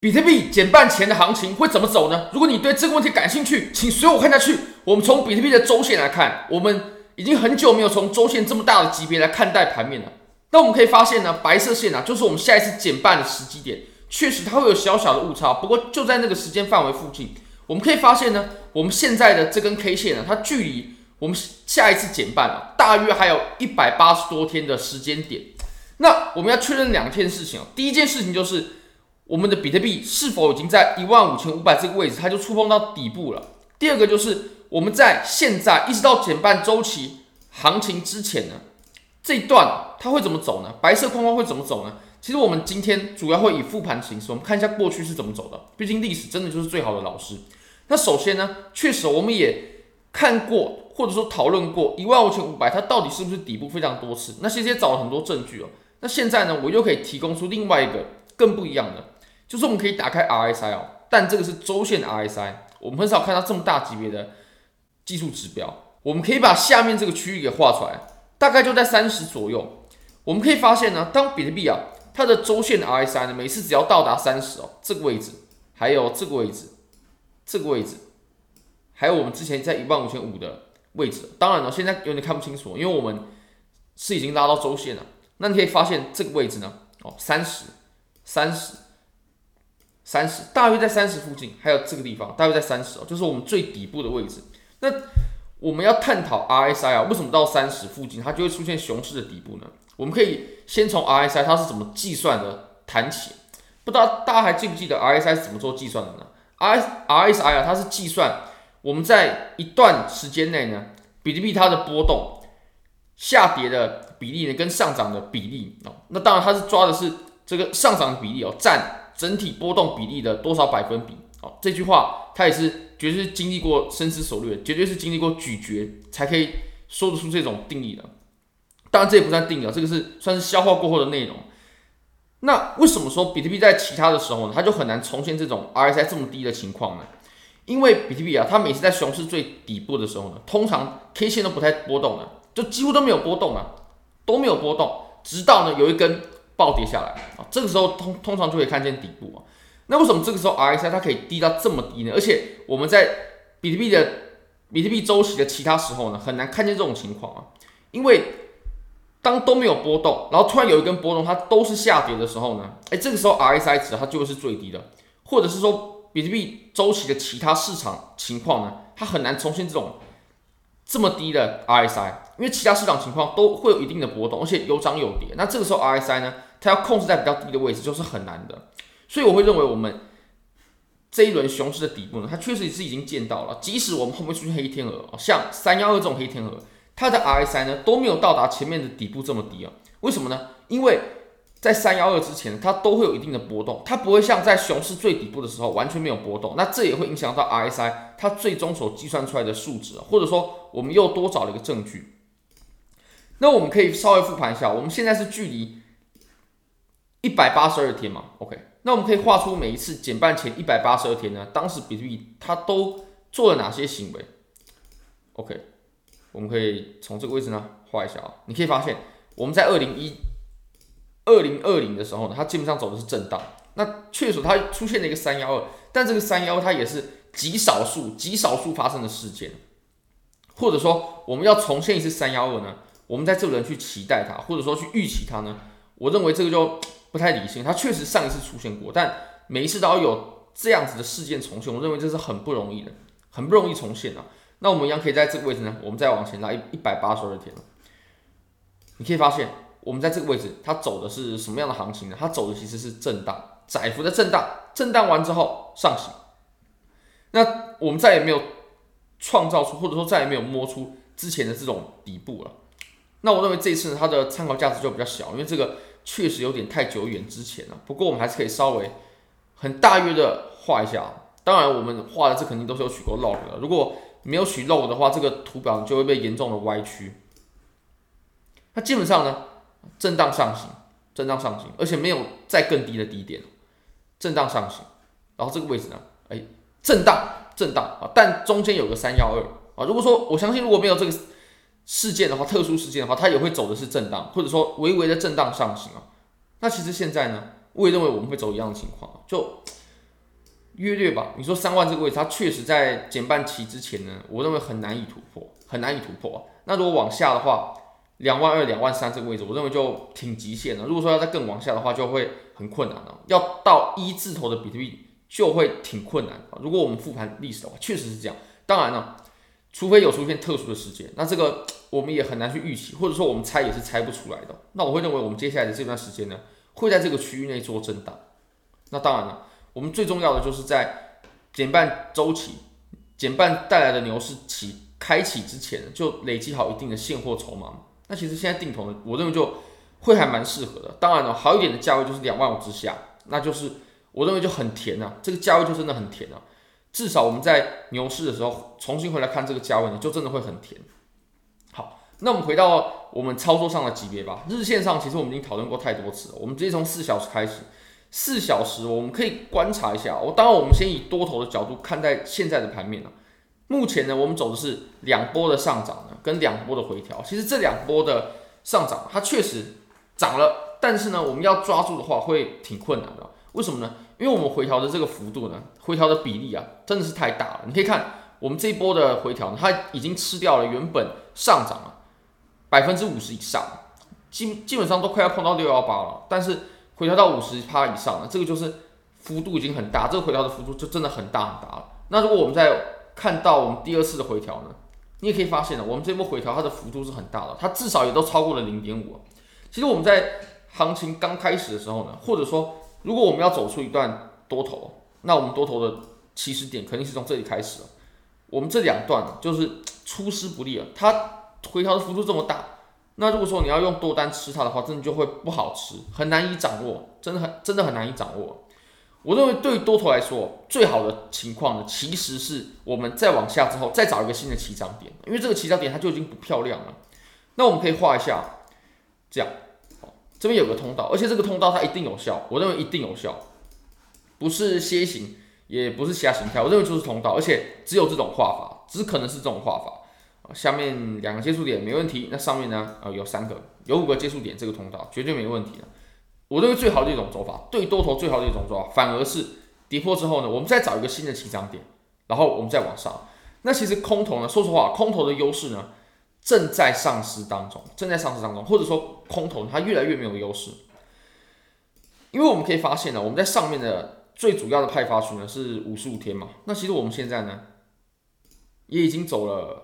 比特币减半前的行情会怎么走呢？如果你对这个问题感兴趣，请随我看下去。我们从比特币的周线来看，我们已经很久没有从周线这么大的级别来看待盘面了。那我们可以发现呢，白色线就是我们下一次减半的时机点，确实它会有小小的误差，不过就在那个时间范围附近。我们可以发现呢，我们现在的这根 K 线它距离我们下一次减半大约还有180多天的时间点。那我们要确认两件事情第一件事情就是我们的比特币是否已经在15500这个位置，它就触碰到底部了。第二个就是我们在现在一直到减半周期行情之前呢，这一段它会怎么走呢？白色框框会怎么走呢？其实我们今天主要会以复盘形式，我们看一下过去是怎么走的。毕竟历史真的就是最好的老师。那首先呢，确实我们也看过或者说讨论过15500它到底是不是底部非常多次，那些找了很多证据那现在呢，我又可以提供出另外一个更不一样的，就是我们可以打开 RSI 但这个是周线 RSI， 我们很少看到这么大级别的技术指标。我们可以把下面这个区域给画出来，大概就在30左右。我们可以发现呢，当比特币它的周线 RSI 呢，每次只要到达30这个位置，还有这个位置，这个位置，还有我们之前在15500的位置。当然现在有点看不清楚，因为我们是已经拉到周线了。那你可以发现这个位置呢，30，大约在30附近，还有这个地方大约在30就是我们最底部的位置。那我们要探讨 RSI 为什么到30附近它就会出现熊市的底部呢？我们可以先从 RSI 它是怎么计算的谈起。不知道大家还记不记得 RSI 是怎么做计算的呢？ RSI 它是计算我们在一段时间内呢，比特币它的波动下跌的比例呢跟上涨的比例那当然它是抓的是这个上涨的比例占整体波动比例的多少百分比这句话它也是绝对是经历过深思熟虑，绝对是经历过咀嚼才可以说得出这种定义的。当然这也不算定义这个是算是消化过后的内容。那为什么说比特币在其他的时候呢，它就很难重现这种 RSI 这么低的情况呢？因为比特币它每次在熊市最底部的时候呢，通常 K 线都不太波动了，就几乎都没有波动都没有波动，直到呢有一根暴跌下来这个时候通常就可以看见底部那为什么这个时候 RSI 它可以低到这么低呢？而且我们在比特币周期的其他时候呢，很难看见这种情况因为当都没有波动，然后突然有一根波动，它都是下跌的时候呢，这个时候 RSI 值它就会是最低的，或者是说比特币周期的其他市场情况呢，它很难重现这种这么低的 RSI， 因为其他市场情况都会有一定的波动，而且有涨有跌。那这个时候 RSI 呢，它要控制在比较低的位置就是很难的。所以我会认为我们这一轮熊市的底部呢，它确实是已经见到了。即使我们后面出现黑天鹅，像312这种黑天鹅，它的 RSI 呢都没有到达前面的底部这么低为什么呢？因为在312之前，它都会有一定的波动，它不会像在熊市最底部的时候完全没有波动。那这也会影响到 RSI 它最终所计算出来的数值，或者说我们又多找了一个证据。那我们可以稍微复盘一下，我们现在是距离182天嘛 ，OK？ 那我们可以画出每一次减半前182天呢，当时比特币它都做了哪些行为 ？OK， 我们可以从这个位置呢画一下你可以发现我们在2020的时候呢，它基本上走的是震荡。那确实它出现了一个312，但这个312它也是极少数发生的事件，或者说我们要重现一次312呢，我们在这轮去期待它，或者说去预期它呢，我认为这个就不太理性。它确实上一次出现过，但每一次都要有这样子的事件重现，我认为这是很不容易的，很不容易重现那我们一样可以在这个位置呢，我们再往前拉182天你可以发现我们在这个位置它走的是什么样的行情呢？它走的其实是震荡，窄幅的震荡完之后上行。那我们再也没有创造出，或者说再也没有摸出之前的这种底部了。那我认为这一次呢，它的参考价值就比较小，因为这个确实有点太久远之前了。不过我们还是可以稍微很大约的画一下。当然我们画的这肯定都是有取过 log 的，如果没有取 log 的话，这个图表就会被严重的歪曲。它基本上呢，震荡上行，而且没有再更低的低点，震荡上行。然后这个位置呢，震荡但中间有个312如果说我相信如果没有这个事件的话，特殊事件的话，它也会走的是震荡，或者说微微的震荡上行那其实现在呢，我也认为我们会走一样的情况，就约略吧，你说3万这个位置，它确实在减半期之前呢，我认为很难以突破，很难以突破。那如果往下的话，22000、23000这个位置，我认为就挺极限了。如果说要再更往下的话，就会很困难了。要到1字头的比特币就会挺困难。如果我们复盘历史的话，确实是这样。当然了，除非有出现特殊的事件，那这个我们也很难去预期，或者说我们猜也是猜不出来的。那我会认为我们接下来的这段时间呢，会在这个区域内做震荡。那当然了，我们最重要的就是在减半周期、减半带来的牛市开启之前，就累积好一定的现货筹码。那其实现在定投呢，我认为就会还蛮适合的。当然了，好一点的价位就是25000之下，那就是我认为就很甜啊，这个价位就真的很甜啊。至少我们在牛市的时候重新回来看这个价位呢，就真的会很甜。好，那我们回到我们操作上的级别吧。日线上其实我们已经讨论过太多次了，我们直接从4小时开始。4小时我们可以观察一下，当然我们先以多头的角度看待现在的盘面了。目前呢，我们走的是2波的上涨呢，跟2波的回调。其实这2波的上涨，它确实涨了，但是呢，我们要抓住的话会挺困难的。为什么呢？因为我们回调的这个幅度呢，回调的比例啊，真的是太大了。你可以看我们这一波的回调呢，它已经吃掉了原本上涨了50%以上，基本上都快要碰到618了，但是回调到50%以上了，这个就是幅度已经很大，这个回调的幅度就真的很大很大了。那如果我们再看到我们第2次的回调呢，你也可以发现呢，我们这波回调它的幅度是很大的，它至少也都超过了0.5。其实我们在行情刚开始的时候呢，或者说如果我们要走出一段多头，那我们多头的起始点肯定是从这里开始了。我们这2段就是出师不利了，它回调的幅度这么大，那如果说你要用多单吃它的话，真的就会不好吃，很难以掌握，真的很难以掌握。我认为对于多头来说，最好的情况呢，其实是我们再往下之后，再找一个新的起涨点，因为这个起涨点它就已经不漂亮了。那我们可以画一下，这样，这边有个通道，而且这个通道它一定有效，我认为一定有效，不是楔形，也不是其他形态，我认为就是通道，而且只有这种画法，只可能是这种画法。下面2个接触点没问题，那上面呢，有3个，有5个接触点，这个通道绝对没问题的。我认为最好的一种走法，对多头最好的一种走法，反而是跌破之后呢，我们再找一个新的起涨点，然后我们再往上。那其实空头呢，说实话，空头的优势呢正在丧失当中，或者说空头它越来越没有优势。因为我们可以发现呢，我们在上面的最主要的派发区呢是55天嘛，那其实我们现在呢也已经走了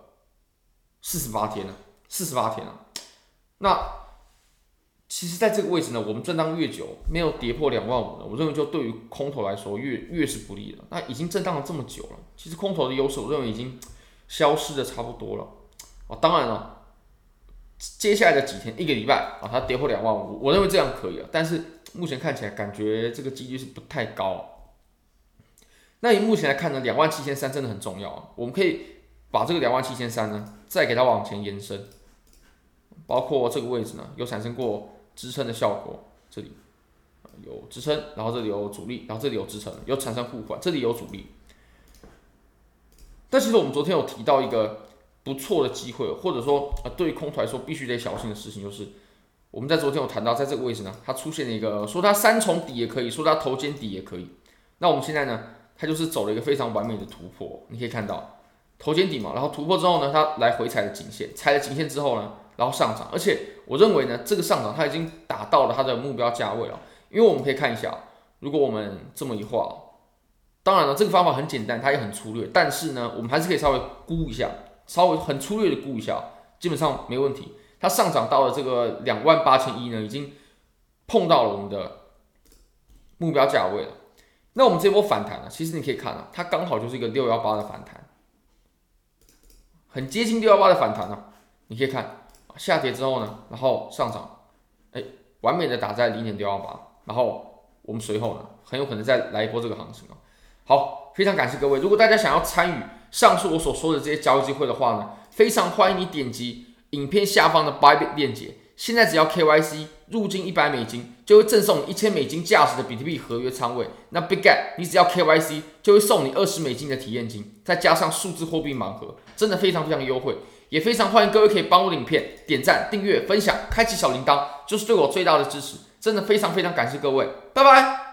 48天了，那其实在这个位置呢，我们震荡越久，没有跌破25000呢，我认为就对于空头来说越是不利的。那已经震荡了这么久了，其实空头的优势我认为已经消失的差不多了。当然了，接下来的几天1个礼拜它跌破25000，我认为这样可以了，但是目前看起来感觉这个几率是不太高。那以目前来看呢，27300真的很重要，我们可以把这个27300呢再给它往前延伸，包括这个位置呢有产生过支撑的效果，这里有支撑，然后这里有阻力，然后这里有支撑，有产生互换，这里有阻力。但其实我们昨天有提到一个不错的机会，或者说对于空头来说必须得小心的事情，就是我们在昨天有谈到，在这个位置呢，它出现了一个说它3重底也可以，说它头肩底也可以。那我们现在呢，它就是走了一个非常完美的突破，你可以看到头肩底嘛，然后突破之后呢，它来回踩了颈线，踩了颈线之后呢，然后上涨，而且我认为呢，这个上涨它已经达到了它的目标价位了。因为我们可以看一下，如果我们这么一画，当然了，这个方法很简单，它也很粗略，但是呢，我们还是可以稍微估一下，稍微很粗略的估一下，基本上没问题。它上涨到了这个28100呢，已经碰到了我们的目标价位了。那我们这波反弹呢，其实你可以看它刚好就是一个618的反弹，很接近618的反弹啊。你可以看下跌之后呢，然后上涨，完美的打在0.618，然后我们随后呢，很有可能再来一波这个行情。好，非常感谢各位。如果大家想要参与上述我所说的这些交易机会的话呢，非常欢迎你点击影片下方的 Bybit 链接。现在只要 KYC 入金$100，就会赠送你$1000价值的比特币合约仓位。那 Big Gap 你只要 KYC 就会送你$20的体验金，再加上数字货币盲盒，真的非常非常优惠。也非常欢迎各位可以帮我的影片点赞、订阅、分享、开启小铃铛，就是对我最大的支持。真的非常非常感谢各位，拜拜。